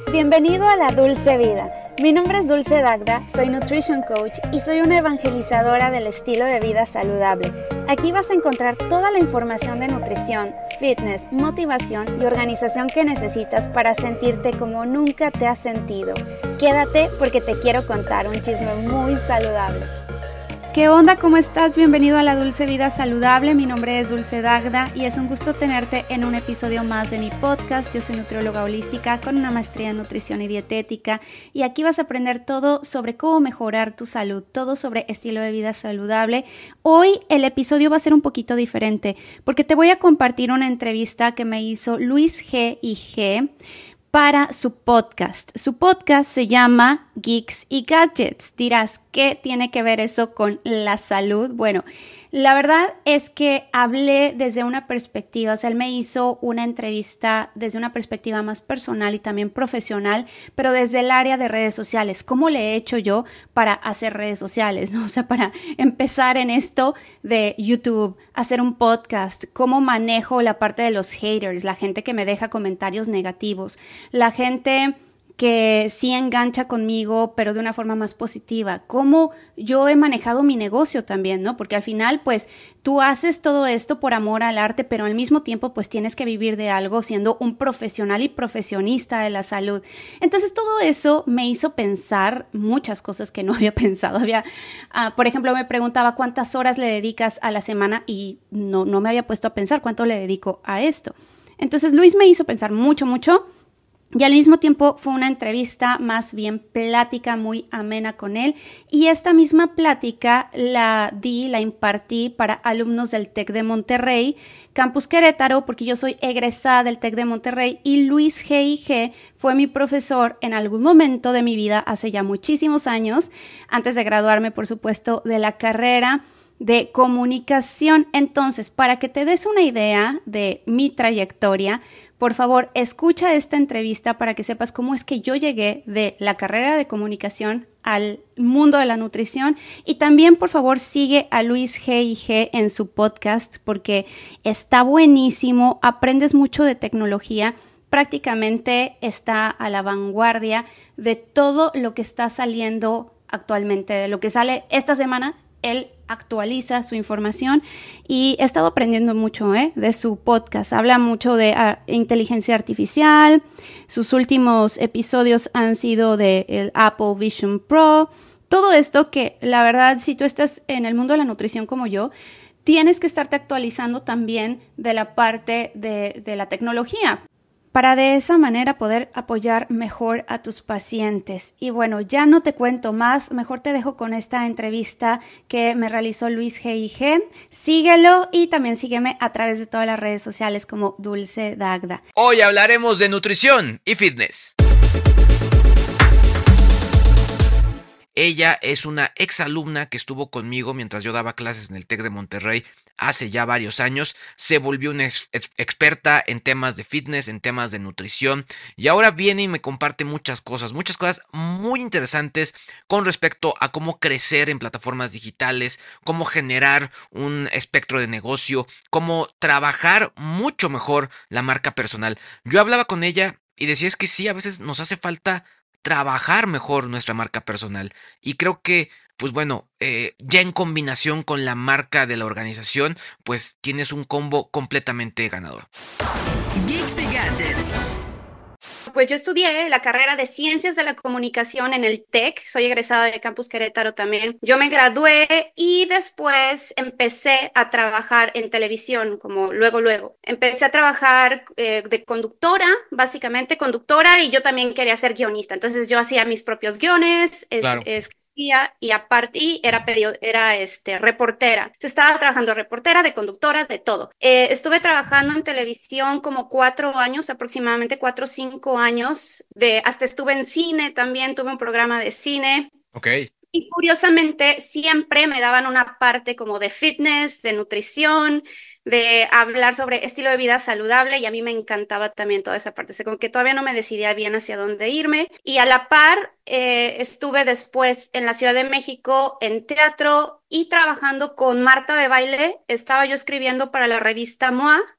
Bienvenido a La Dulce Vida. Mi nombre es Dulce Dagda, soy Nutrition Coach y soy una evangelizadora del estilo de vida saludable. Aquí vas a encontrar toda la información de nutrición, fitness, motivación y organización que necesitas para sentirte como nunca te has sentido. Quédate porque te quiero contar un chisme muy saludable. ¿Qué onda? ¿Cómo estás? Bienvenido a La Dulce Vida Saludable. Mi nombre es Dulce Dagda y es un gusto tenerte en un episodio más de mi podcast. Yo soy nutrióloga holística con una maestría en nutrición y dietética y aquí vas a aprender todo sobre cómo mejorar tu salud, todo sobre estilo de vida saludable. Hoy el episodio va a ser un poquito diferente porque te voy a compartir una entrevista que me hizo Luis G. para su podcast. Su podcast se llama Geeks y Gadgets. Dirás, ¿qué tiene que ver eso con la salud? Bueno, la verdad es que hablé desde una perspectiva, o sea, él me hizo una entrevista desde una perspectiva más personal y también profesional, pero desde el área de redes sociales. ¿Cómo le he hecho yo para hacer redes sociales, ¿no? O sea, para empezar en esto de YouTube, hacer un podcast, cómo manejo la parte de los haters, la gente que me deja comentarios negativos, la gente que sí engancha conmigo, pero de una forma más positiva. Cómo yo he manejado mi negocio también, ¿no? Porque al final, pues, tú haces todo esto por amor al arte, pero al mismo tiempo, pues, tienes que vivir de algo siendo un profesional y profesionista de la salud. Entonces, todo eso me hizo pensar muchas cosas que no había pensado. Por ejemplo, me preguntaba cuántas horas le dedicas a la semana y no me había puesto a pensar cuánto le dedico a esto. Entonces, Luis me hizo pensar mucho. Y al mismo tiempo fue una entrevista, más bien plática muy amena con él. Y esta misma plática la impartí para alumnos del TEC de Monterrey, Campus Querétaro, porque yo soy egresada del TEC de Monterrey y Luis G. fue mi profesor en algún momento de mi vida, hace ya muchísimos años, antes de graduarme, por supuesto, de la carrera de comunicación. Entonces, para que te des una idea de mi trayectoria, por favor, escucha esta entrevista para que sepas cómo es que yo llegué de la carrera de comunicación al mundo de la nutrición y también, por favor, sigue a Luis G. en su podcast porque está buenísimo, aprendes mucho de tecnología, prácticamente está a la vanguardia de todo lo que está saliendo actualmente, de lo que sale esta semana. Él actualiza su información y he estado aprendiendo mucho de su podcast. Habla mucho de inteligencia artificial. Sus últimos episodios han sido del Apple Vision Pro. Todo esto que, la verdad, si tú estás en el mundo de la nutrición como yo, tienes que estarte actualizando también de la parte de la tecnología, para de esa manera poder apoyar mejor a tus pacientes. Y bueno, ya no te cuento más, mejor te dejo con esta entrevista que me realizó Luis G. Síguelo y también sígueme a través de todas las redes sociales como Dulce Dagda. Hoy hablaremos de nutrición y fitness. Ella es una exalumna que estuvo conmigo mientras yo daba clases en el TEC de Monterrey hace ya varios años. Se volvió una experta en temas de fitness, en temas de nutrición y ahora viene y me comparte muchas cosas muy interesantes con respecto a cómo crecer en plataformas digitales, cómo generar un espectro de negocio, cómo trabajar mucho mejor la marca personal. Yo hablaba con ella y decía es que sí, a veces nos hace falta trabajar mejor nuestra marca personal y creo que pues bueno, ya en combinación con la marca de la organización, pues tienes un combo completamente ganador. Geeks y Gadgets. Pues yo estudié la carrera de Ciencias de la Comunicación en el TEC, soy egresada de Campus Querétaro también. Yo me gradué y después empecé a trabajar en televisión, como luego. Empecé a trabajar de conductora, básicamente conductora, y yo también quería ser guionista. Entonces yo hacía mis propios guiones, Claro. y aparte era reportera. Entonces, estaba trabajando reportera, de conductora, de todo. Estuve trabajando en televisión como 4 años, aproximadamente 4 o 5 años. Hasta estuve en cine también, tuve un programa de cine. Ok. Y curiosamente siempre me daban una parte como de fitness, de nutrición, de hablar sobre estilo de vida saludable y a mí me encantaba también toda esa parte. O sea, como que todavía no me decidía bien hacia dónde irme y a la par estuve después en la Ciudad de México en teatro y trabajando con Marta de Baile. Estaba yo escribiendo para la revista MOA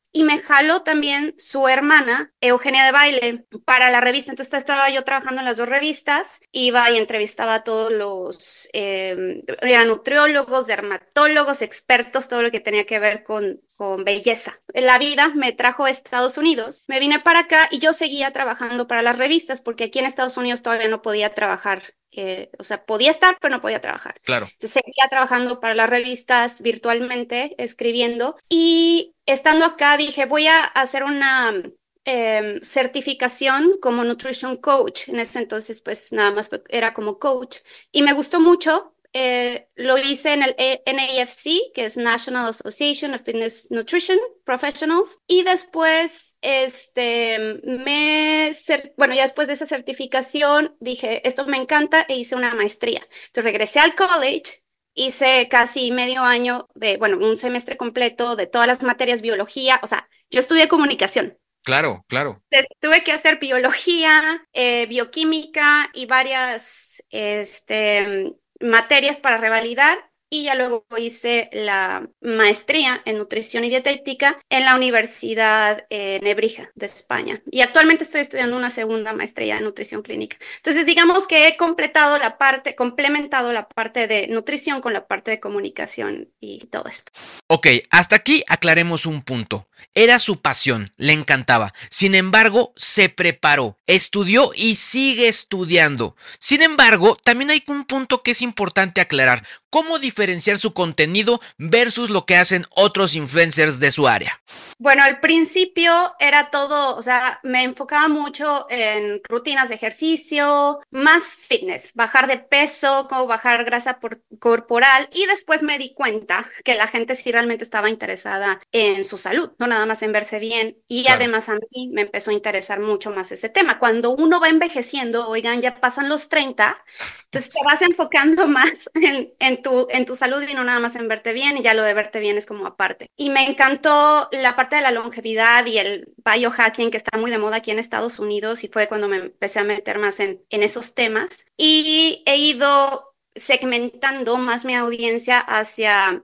y me jaló también su hermana, Eugenia de Baile, para la revista. Entonces estaba yo trabajando en las dos revistas, iba y entrevistaba a todos los, eran nutriólogos, dermatólogos, expertos, todo lo que tenía que ver con belleza. La vida me trajo a Estados Unidos, me vine para acá y yo seguía trabajando para las revistas porque aquí en Estados Unidos todavía no podía trabajar. O sea, podía estar, pero no podía trabajar. Claro. Entonces seguía trabajando para las revistas virtualmente, escribiendo, y estando acá dije, voy a hacer una certificación como Nutrition Coach. En ese entonces, pues nada más era como coach, y me gustó mucho. Lo hice en el NAFC, que es National Association of Fitness Nutrition Professionals, y después, bueno, ya después de esa certificación dije, esto me encanta, e hice una maestría. Entonces regresé al college, hice casi medio año bueno, un semestre completo de todas las materias, biología, o sea, yo estudié comunicación. Claro, claro. Tuve que hacer biología, bioquímica y varias materias para revalidar, y ya luego hice la maestría en nutrición y dietética en la Universidad Nebrija de España. Y actualmente estoy estudiando una segunda maestría en nutrición clínica. Entonces, digamos que he complementado la parte de nutrición con la parte de comunicación y todo esto. Ok, hasta aquí aclaremos un punto. Era su pasión, le encantaba. Sin embargo, se preparó, estudió y sigue estudiando. Sin embargo, también hay un punto que es importante aclarar. ¿Cómo diferenciar su contenido versus lo que hacen otros influencers de su área? Bueno, al principio era todo, o sea, me enfocaba mucho en rutinas de ejercicio, más fitness, bajar de peso, como bajar grasa corporal, y después me di cuenta que la gente sí realmente estaba interesada en su salud, no nada más en verse bien, y Claro. Además a mí me empezó a interesar mucho más ese tema. Cuando uno va envejeciendo, oigan, ya pasan los 30, entonces te vas enfocando más en tu salud y no nada más en verte bien, y ya lo de verte bien es como aparte. Y me encantó la parte de la longevidad y el biohacking, que está muy de moda aquí en Estados Unidos, y fue cuando me empecé a meter más en esos temas, y he ido segmentando más mi audiencia hacia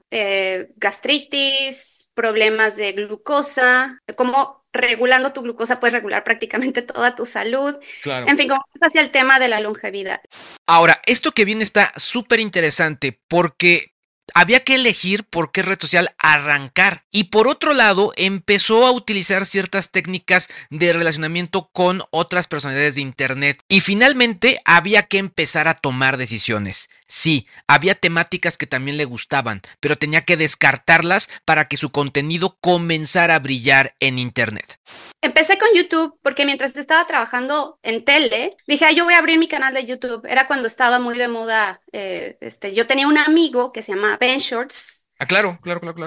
gastritis, problemas de glucosa, como regulando tu glucosa puedes regular prácticamente toda tu salud. Claro. En fin, como hacia el tema de la longevidad. Ahora, esto que viene está súper interesante porque había que elegir por qué red social arrancar. Y por otro lado, empezó a utilizar ciertas técnicas de relacionamiento con otras personalidades de internet. Y finalmente había que empezar a tomar decisiones. Sí, había temáticas que también le gustaban, pero tenía que descartarlas para que su contenido comenzara a brillar en internet. Empecé con YouTube porque mientras estaba trabajando en tele, dije, yo voy a abrir mi canal de YouTube. Era cuando estaba muy de moda. Yo tenía un amigo que se llama Ben Shorts. Ah, claro.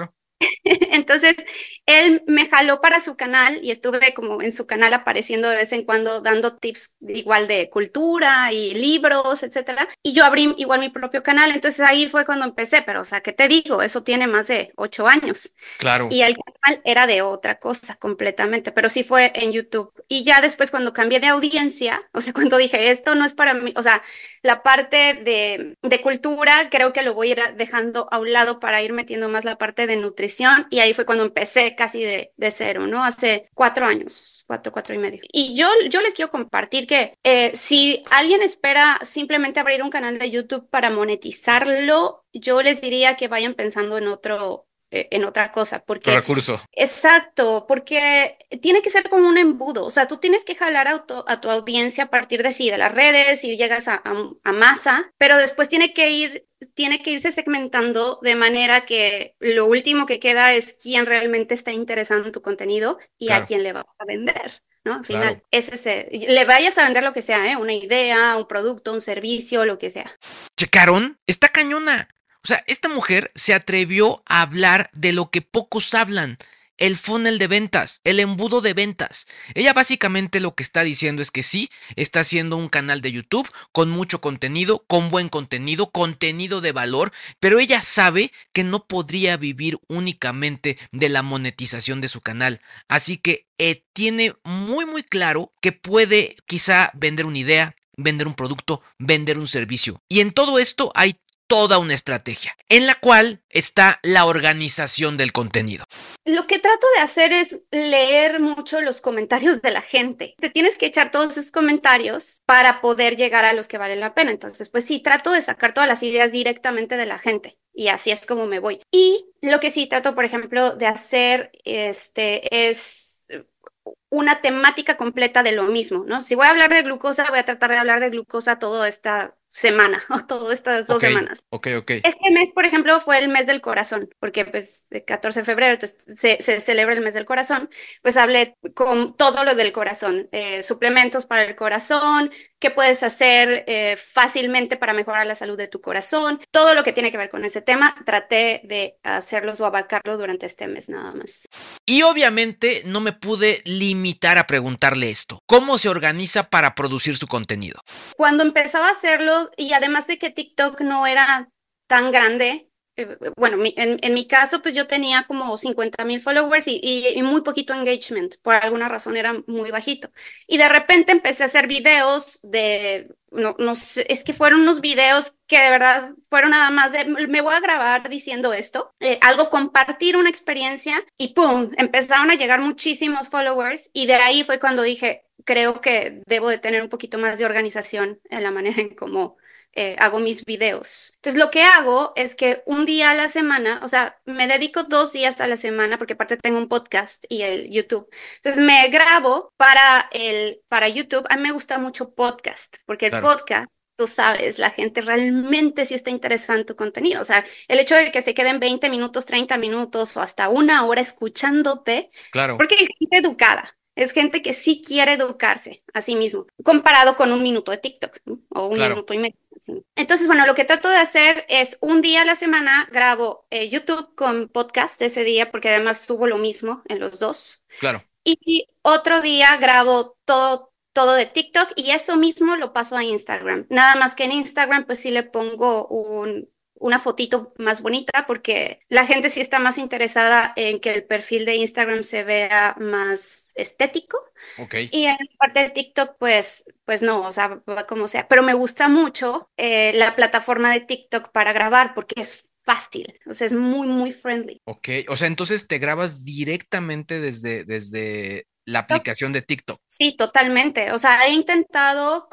Entonces, él me jaló para su canal y estuve como en su canal apareciendo de vez en cuando, dando tips igual de cultura y libros, etcétera. Y yo abrí igual mi propio canal. Entonces ahí fue cuando empecé. Pero, o sea, ¿qué te digo? Eso tiene más de 8 años. Claro. Y el canal era de otra cosa completamente, pero sí fue en YouTube. Y ya después, cuando cambié de audiencia, o sea, cuando dije, esto no es para mí, o sea, la parte de cultura creo que lo voy a ir dejando a un lado para ir metiendo más la parte de nutrición. Y ahí fue cuando empecé casi de cero, ¿no? Hace 4 años. 4 y medio. Y yo les quiero compartir que si alguien espera simplemente abrir un canal de YouTube para monetizarlo, yo les diría que vayan pensando en otra cosa, porque Recurso. exacto, porque tiene que ser como un embudo. O sea, tú tienes que jalar a tu audiencia a partir de las redes, y llegas a masa, pero después tiene que irse segmentando de manera que lo último que queda es quién realmente está interesado en tu contenido y Claro. a quién le vas a vender, ¿no? Al final, Claro. le vayas a vender lo que sea, una idea, un producto, un servicio, lo que sea. ¿Checaron? Está cañona. O sea, esta mujer se atrevió a hablar de lo que pocos hablan. El funnel de ventas, el embudo de ventas. Ella básicamente lo que está diciendo es que sí, está haciendo un canal de YouTube con mucho contenido, con buen contenido, contenido de valor, pero ella sabe que no podría vivir únicamente de la monetización de su canal. Así que tiene muy claro que puede quizá vender una idea, vender un producto, vender un servicio. Y en todo esto hay toda una estrategia, en la cual está la organización del contenido. Lo que trato de hacer es leer mucho los comentarios de la gente. Te tienes que echar todos esos comentarios para poder llegar a los que valen la pena. Entonces, pues sí, trato de sacar todas las ideas directamente de la gente y así es como me voy. Y lo que sí trato, por ejemplo, de hacer es una temática completa de lo mismo, ¿no? Si voy a hablar de glucosa, voy a tratar de hablar de glucosa toda esta semana o todas estas 2 semanas. Ok. Este mes, por ejemplo, fue el mes del corazón, porque pues el 14 de febrero entonces, se celebra el mes del corazón, pues hablé con todo lo del corazón, suplementos para el corazón, qué puedes hacer fácilmente para mejorar la salud de tu corazón, todo lo que tiene que ver con ese tema, traté de hacerlos o abarcarlo durante este mes nada más. Y obviamente no me pude limitar a preguntarle esto. ¿Cómo se organiza para producir su contenido? Cuando empezaba a hacerlo, y además de que TikTok no era tan grande, bueno, en mi caso, pues yo tenía como 50,000 followers y muy poquito engagement, por alguna razón era muy bajito. Y de repente empecé a hacer videos no sé, es que fueron unos videos que de verdad fueron nada más de, me voy a grabar diciendo esto, compartir una experiencia y ¡pum! Empezaron a llegar muchísimos followers y de ahí fue cuando dije, creo que debo de tener un poquito más de organización en la manera en cómo hago mis videos. Entonces lo que hago es que un día a la semana, o sea, me dedico 2 días a la semana porque aparte tengo un podcast y el YouTube. Entonces me grabo para YouTube. A mí me gusta mucho podcast porque el podcast, tú sabes, la gente realmente sí está interesada en tu contenido. O sea, el hecho de que se queden 20 minutos, 30 minutos o hasta 1 hora escuchándote, porque hay gente educada. Es gente que sí quiere educarse a sí mismo, comparado con 1 minuto de TikTok, ¿no? O 1 minuto y medio. ¿Sí? Entonces, bueno, lo que trato de hacer es un día a la semana grabo YouTube con podcast ese día, porque además subo lo mismo en los dos. Y otro día grabo todo de TikTok y eso mismo lo paso a Instagram. Nada más que en Instagram, pues sí le pongo una fotito más bonita porque la gente sí está más interesada en que el perfil de Instagram se vea más estético. Y en parte de TikTok, pues no, o sea, va como sea. Pero me gusta mucho la plataforma de TikTok para grabar porque es fácil, o sea, es muy, muy friendly. O sea, entonces te grabas directamente desde la aplicación de TikTok. Sí, totalmente. O sea, he intentado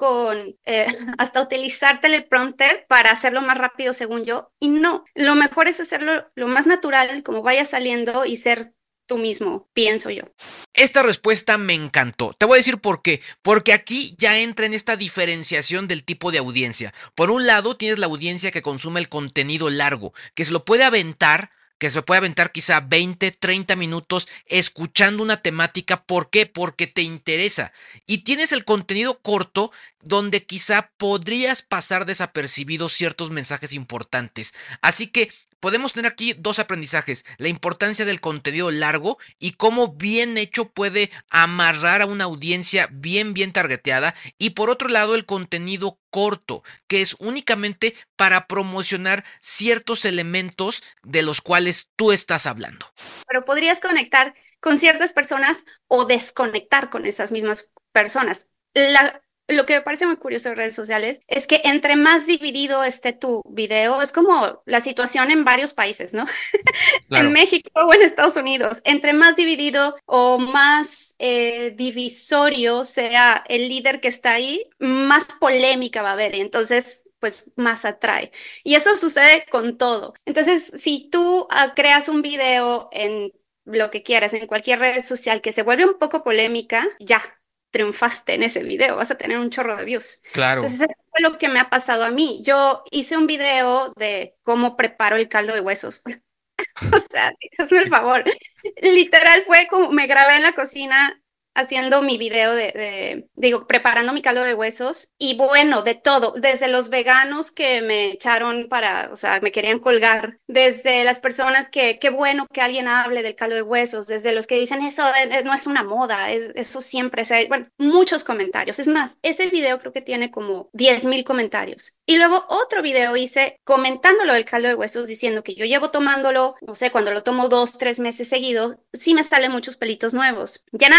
hasta utilizar teleprompter para hacerlo más rápido, según yo, y no. Lo mejor es hacerlo lo más natural, como vaya saliendo y ser tú mismo, pienso yo. Esta respuesta me encantó. Te voy a decir por qué. Porque aquí ya entra en esta diferenciación del tipo de audiencia. Por un lado, tienes la audiencia que consume el contenido largo, que se lo puede aventar quizá 20, 30 minutos escuchando una temática. ¿Por qué? Porque te interesa. Y tienes el contenido corto donde quizá podrías pasar desapercibidos ciertos mensajes importantes. Así que podemos tener aquí dos aprendizajes: la importancia del contenido largo y cómo bien hecho puede amarrar a una audiencia bien targeteada, y por otro lado el contenido corto, que es únicamente para promocionar ciertos elementos de los cuales tú estás hablando. Pero podrías conectar con ciertas personas o desconectar con esas mismas personas. Lo que me parece muy curioso en redes sociales es que entre más dividido esté tu video, es como la situación en varios países, ¿no? En México o en Estados Unidos, entre más dividido o más divisorio sea el líder que está ahí, más polémica va a haber. Y entonces, pues más atrae. Y eso sucede con todo. Entonces, si tú creas un video en lo que quieras, en cualquier red social que se vuelve un poco polémica, ya triunfaste en ese video, vas a tener un chorro de views. Entonces, eso fue lo que me ha pasado a mí. Yo hice un video de cómo preparo el caldo de huesos. O sea, hazme el favor. Literal fue como me grabé en la cocina haciendo mi video preparando mi caldo de huesos y bueno, de todo, desde los veganos que me echaron o sea, me querían colgar, desde las personas que, qué bueno que alguien hable del caldo de huesos, desde los que dicen eso no es una moda, eso siempre bueno, muchos comentarios. Es más, ese video creo que tiene como 10,000 comentarios. Y luego otro video hice comentándolo del caldo de huesos, diciendo que yo llevo tomándolo, no sé, cuando lo tomo 2, 3 meses seguidos, sí me salen muchos pelitos nuevos. Ya nada más por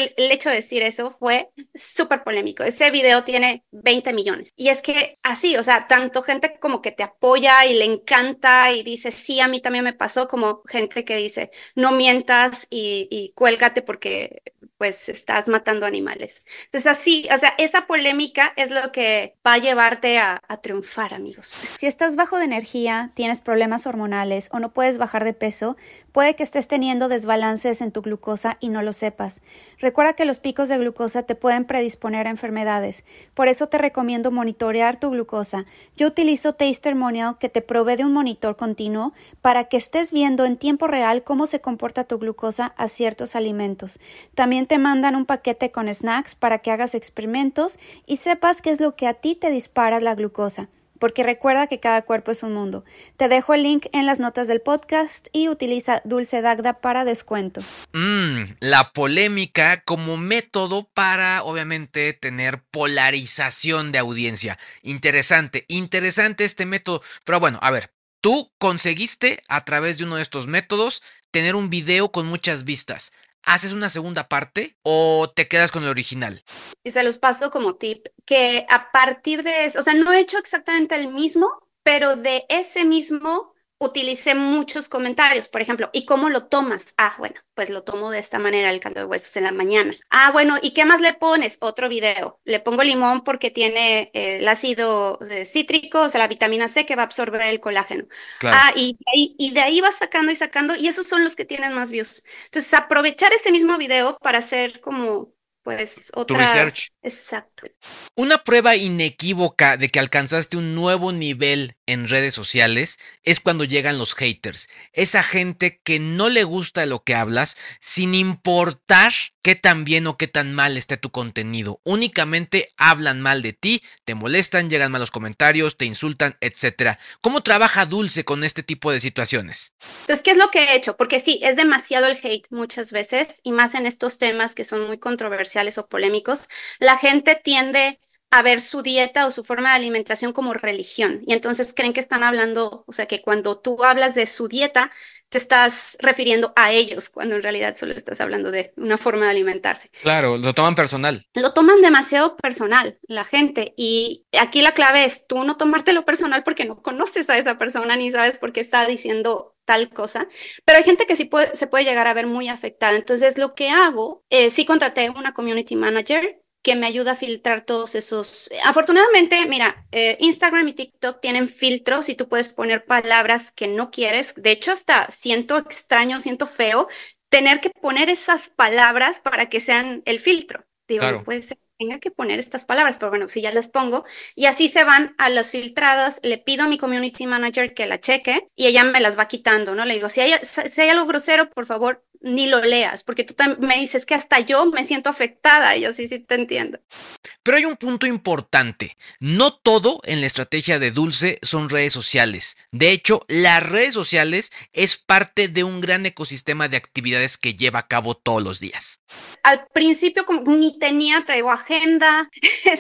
el hecho de decir eso fue súper polémico. Ese video tiene 20 millones. Y es que así, o sea, tanto gente como que te apoya y le encanta y dice, sí, a mí también me pasó, como gente que dice, no mientas y cuélgate porque pues estás matando animales. Entonces así, o sea, esa polémica es lo que va a llevarte a triunfar, amigos. Si estás bajo de energía, tienes problemas hormonales o no puedes bajar de peso, puede que estés teniendo desbalances en tu glucosa y no lo sepas. Recuerda que los picos de glucosa te pueden predisponer a enfermedades. Por eso te recomiendo monitorear tu glucosa. Yo utilizo Tastermonial, que te provee de un monitor continuo para que estés viendo en tiempo real cómo se comporta tu glucosa a ciertos alimentos. También te mandan un paquete con snacks para que hagas experimentos y sepas qué es lo que a ti te dispara la glucosa. Porque recuerda que cada cuerpo es un mundo. Te dejo el link en las notas del podcast y utiliza Dulce Dagda para descuento. La polémica como método para, obviamente, tener polarización de audiencia. Interesante este método. Pero bueno, a ver, tú conseguiste a través de uno de estos métodos tener un video con muchas vistas. ¿Haces una segunda parte o te quedas con el original? Y se los paso como tip, que a partir de eso, o sea, no he hecho exactamente el mismo, pero de ese mismo utilicé muchos comentarios, por ejemplo, ¿y cómo lo tomas? Ah, bueno, pues lo tomo de esta manera, el caldo de huesos en la mañana. Ah, bueno, ¿y qué más le pones? Otro video. Le pongo limón porque tiene el ácido cítrico, o sea, la vitamina C que va a absorber el colágeno. Claro. Ah, y de ahí vas sacando y sacando, y esos son los que tienen más views. Entonces, aprovechar ese mismo video para hacer como pues Tu otras. research. Exacto. Una prueba inequívoca de que alcanzaste un nuevo nivel en redes sociales es cuando llegan los haters. Esa gente que no le gusta lo que hablas, sin importar qué tan bien o qué tan mal esté tu contenido. Únicamente hablan mal de ti, te molestan, llegan malos comentarios, te insultan, etc. ¿Cómo trabaja Dulce con este tipo de situaciones? Entonces, ¿qué es lo que he hecho? Porque sí, es demasiado el hate muchas veces, y más en estos temas que son muy controversiales o polémicos. La gente tiende a ver su dieta o su forma de alimentación como religión, y entonces creen que están hablando, o sea, que cuando tú hablas de su dieta, te estás refiriendo a ellos, cuando en realidad solo estás hablando de una forma de alimentarse. Claro, lo toman personal. Lo toman demasiado personal la gente, y aquí la clave es tú no tomártelo personal porque no conoces a esa persona ni sabes por qué está diciendo tal cosa, pero hay gente que sí se puede llegar a ver muy afectada. Entonces lo que hago, sí contraté una community manager que me ayuda a filtrar todos esos. Afortunadamente, mira, Instagram y TikTok tienen filtros y tú puedes poner palabras que no quieres. De hecho, hasta siento extraño, siento feo tener que poner esas palabras para que sean el filtro. Digo, no Claro. puede ser que tenga que poner estas palabras, pero bueno, si ya las pongo, y así se van a los filtrados, le pido a mi community manager que la cheque y ella me las va quitando, ¿no? Le digo, si hay algo grosero, por favor, ni lo leas, porque tú me dices que hasta yo me siento afectada, y yo sí, sí te entiendo. Pero hay un punto importante. No todo en la estrategia de Dulce son redes sociales. De hecho, las redes sociales es parte de un gran ecosistema de actividades que lleva a cabo todos los días. Al principio como ni tenía, traigo agenda,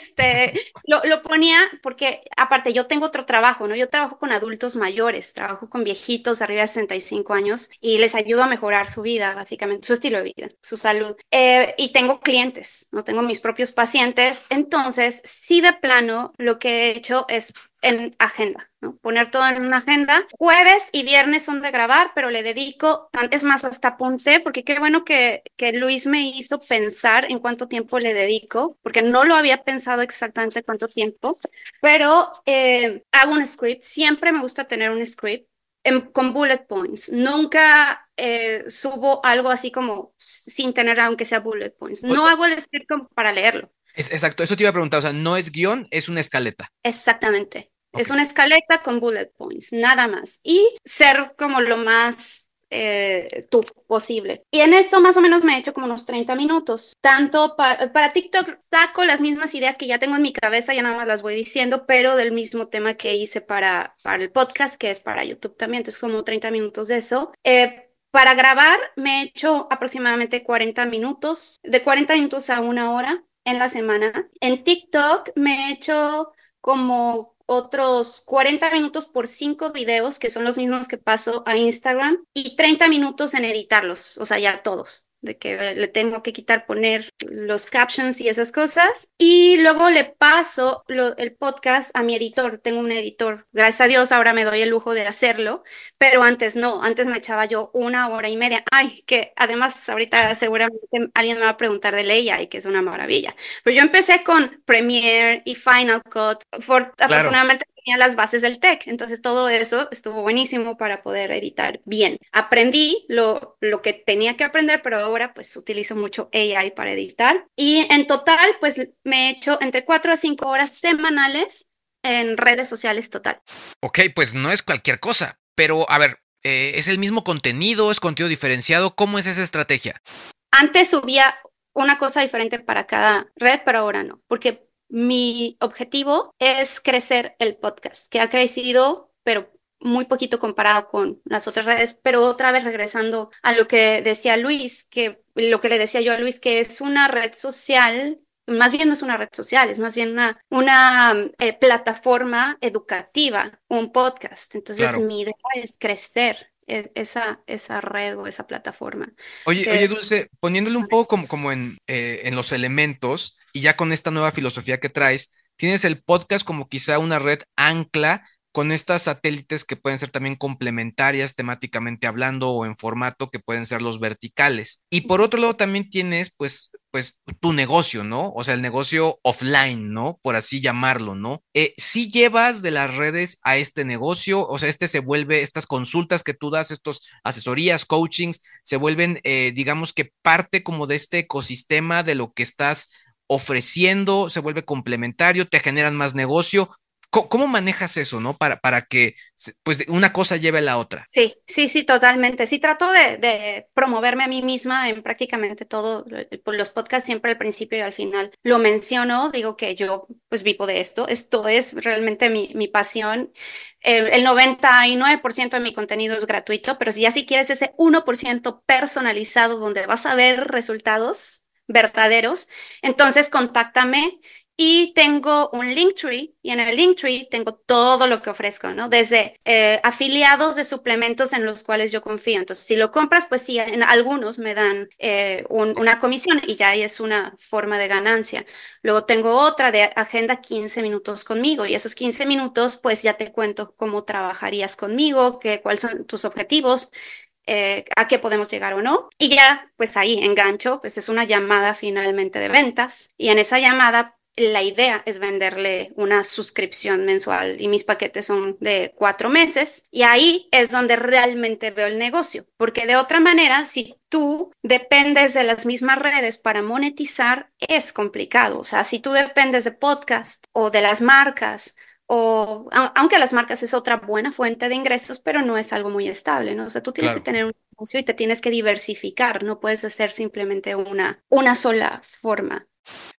lo ponía porque aparte yo tengo otro trabajo, ¿no? Yo trabajo con adultos mayores, trabajo con viejitos arriba de 65 años y les ayudo a mejorar su vida, básicamente, su estilo de vida, su salud. Y tengo clientes, ¿no? Tengo mis propios pacientes. Entonces, sí, de plano, lo que he hecho es en agenda, ¿no? Poner todo en una agenda. Jueves y viernes son de grabar, pero le dedico, es más, hasta apunté, porque qué bueno que Luis me hizo pensar en cuánto tiempo le dedico, porque no lo había pensado exactamente cuánto tiempo, pero hago un script. Siempre me gusta tener un script con bullet points. Nunca subo algo así como sin tener aunque sea bullet points. No hago el script como para leerlo. Exacto, eso te iba a preguntar, o sea, no es guión, es una escaleta. Exactamente. Ok. Es una escaleta con bullet points, nada más. Y ser como lo más tú posible. Y en eso más o menos me he hecho como unos 30 minutos. Tanto para TikTok saco las mismas ideas que ya tengo en mi cabeza, ya nada más las voy diciendo, pero del mismo tema que hice para el podcast, que es para YouTube también. Entonces como 30 minutos de eso. Para grabar me he hecho aproximadamente 40 minutos, de 40 minutos a una hora en la semana. En TikTok me he hecho como otros 40 minutos por 5 videos, que son los mismos que paso a Instagram, y 30 minutos en editarlos, o sea, ya todos. de que le tengo que quitar, poner los captions y esas cosas. Y luego le paso el podcast a mi editor. Tengo un editor. Gracias a Dios ahora me doy el lujo de hacerlo, pero antes no. Antes me echaba yo 1 hora y media. Ay, que además ahorita seguramente alguien me va a preguntar del AI, que es una maravilla. Pero yo empecé con Premiere y Final Cut. Claro. Afortunadamente tenía las bases del tech, entonces todo eso estuvo buenísimo para poder editar bien. Aprendí lo que tenía que aprender, pero ahora pues utilizo mucho AI para editar. Y en total pues me he hecho entre 4 a 5 horas semanales en redes sociales total. Ok, pues no es cualquier cosa, pero a ver, ¿es el mismo contenido? ¿Es contenido diferenciado? ¿Cómo es esa estrategia? Antes subía una cosa diferente para cada red, pero ahora no, porque mi objetivo es crecer el podcast, que ha crecido, pero muy poquito comparado con las otras redes, pero otra vez regresando a lo que decía Luis, que lo que le decía yo a Luis, que es una red social, más bien no es una red social, es más bien una plataforma educativa, un podcast. Entonces, Claro. mi idea es crecer esa red o esa plataforma, Oye, que oye, es... Dulce, poniéndole un poco como en los elementos y ya con esta nueva filosofía que traes, tienes el podcast como quizá una red ancla con estas satélites que pueden ser también complementarias temáticamente hablando o en formato que pueden ser los verticales. Y por otro lado también tienes pues tu negocio, ¿no? O sea, el negocio offline, ¿no? Por así llamarlo, ¿no? Si llevas de las redes a este negocio, o sea, este se vuelve, estas consultas que tú das, estos asesorías, coachings, se vuelven, digamos que parte como de este ecosistema de lo que estás ofreciendo, se vuelve complementario, te generan más negocio. ¿Cómo manejas eso, no? Para que pues una cosa lleve a la otra. Sí, sí, sí, totalmente. Sí, trato de promoverme a mí misma en prácticamente todo. Los podcasts siempre al principio y al final lo menciono, digo que yo pues vivo de esto. Esto es realmente mi pasión. El 99% de mi contenido es gratuito, pero si quieres ese 1% personalizado donde vas a ver resultados verdaderos, entonces contáctame. Y tengo un Linktree, y en el Linktree tengo todo lo que ofrezco, ¿no? Desde afiliados de suplementos en los cuales yo confío. Entonces, si lo compras, pues sí, en algunos me dan una comisión y ya ahí es una forma de ganancia. Luego tengo otra de agenda 15 minutos conmigo, y esos 15 minutos, pues ya te cuento cómo trabajarías conmigo, cuáles son tus objetivos, a qué podemos llegar o no. Y ya, pues ahí engancho, pues es una llamada finalmente de ventas. Y en esa llamada, la idea es venderle una suscripción mensual y mis paquetes son de 4 meses. Y ahí es donde realmente veo el negocio. Porque de otra manera, si tú dependes de las mismas redes para monetizar, es complicado. O sea, si tú dependes de podcast o de las marcas, aunque las marcas es otra buena fuente de ingresos, pero no es algo muy estable, ¿no? O sea, tú tienes que Claro. tener un negocio y te tienes que diversificar, no puedes hacer simplemente una sola forma.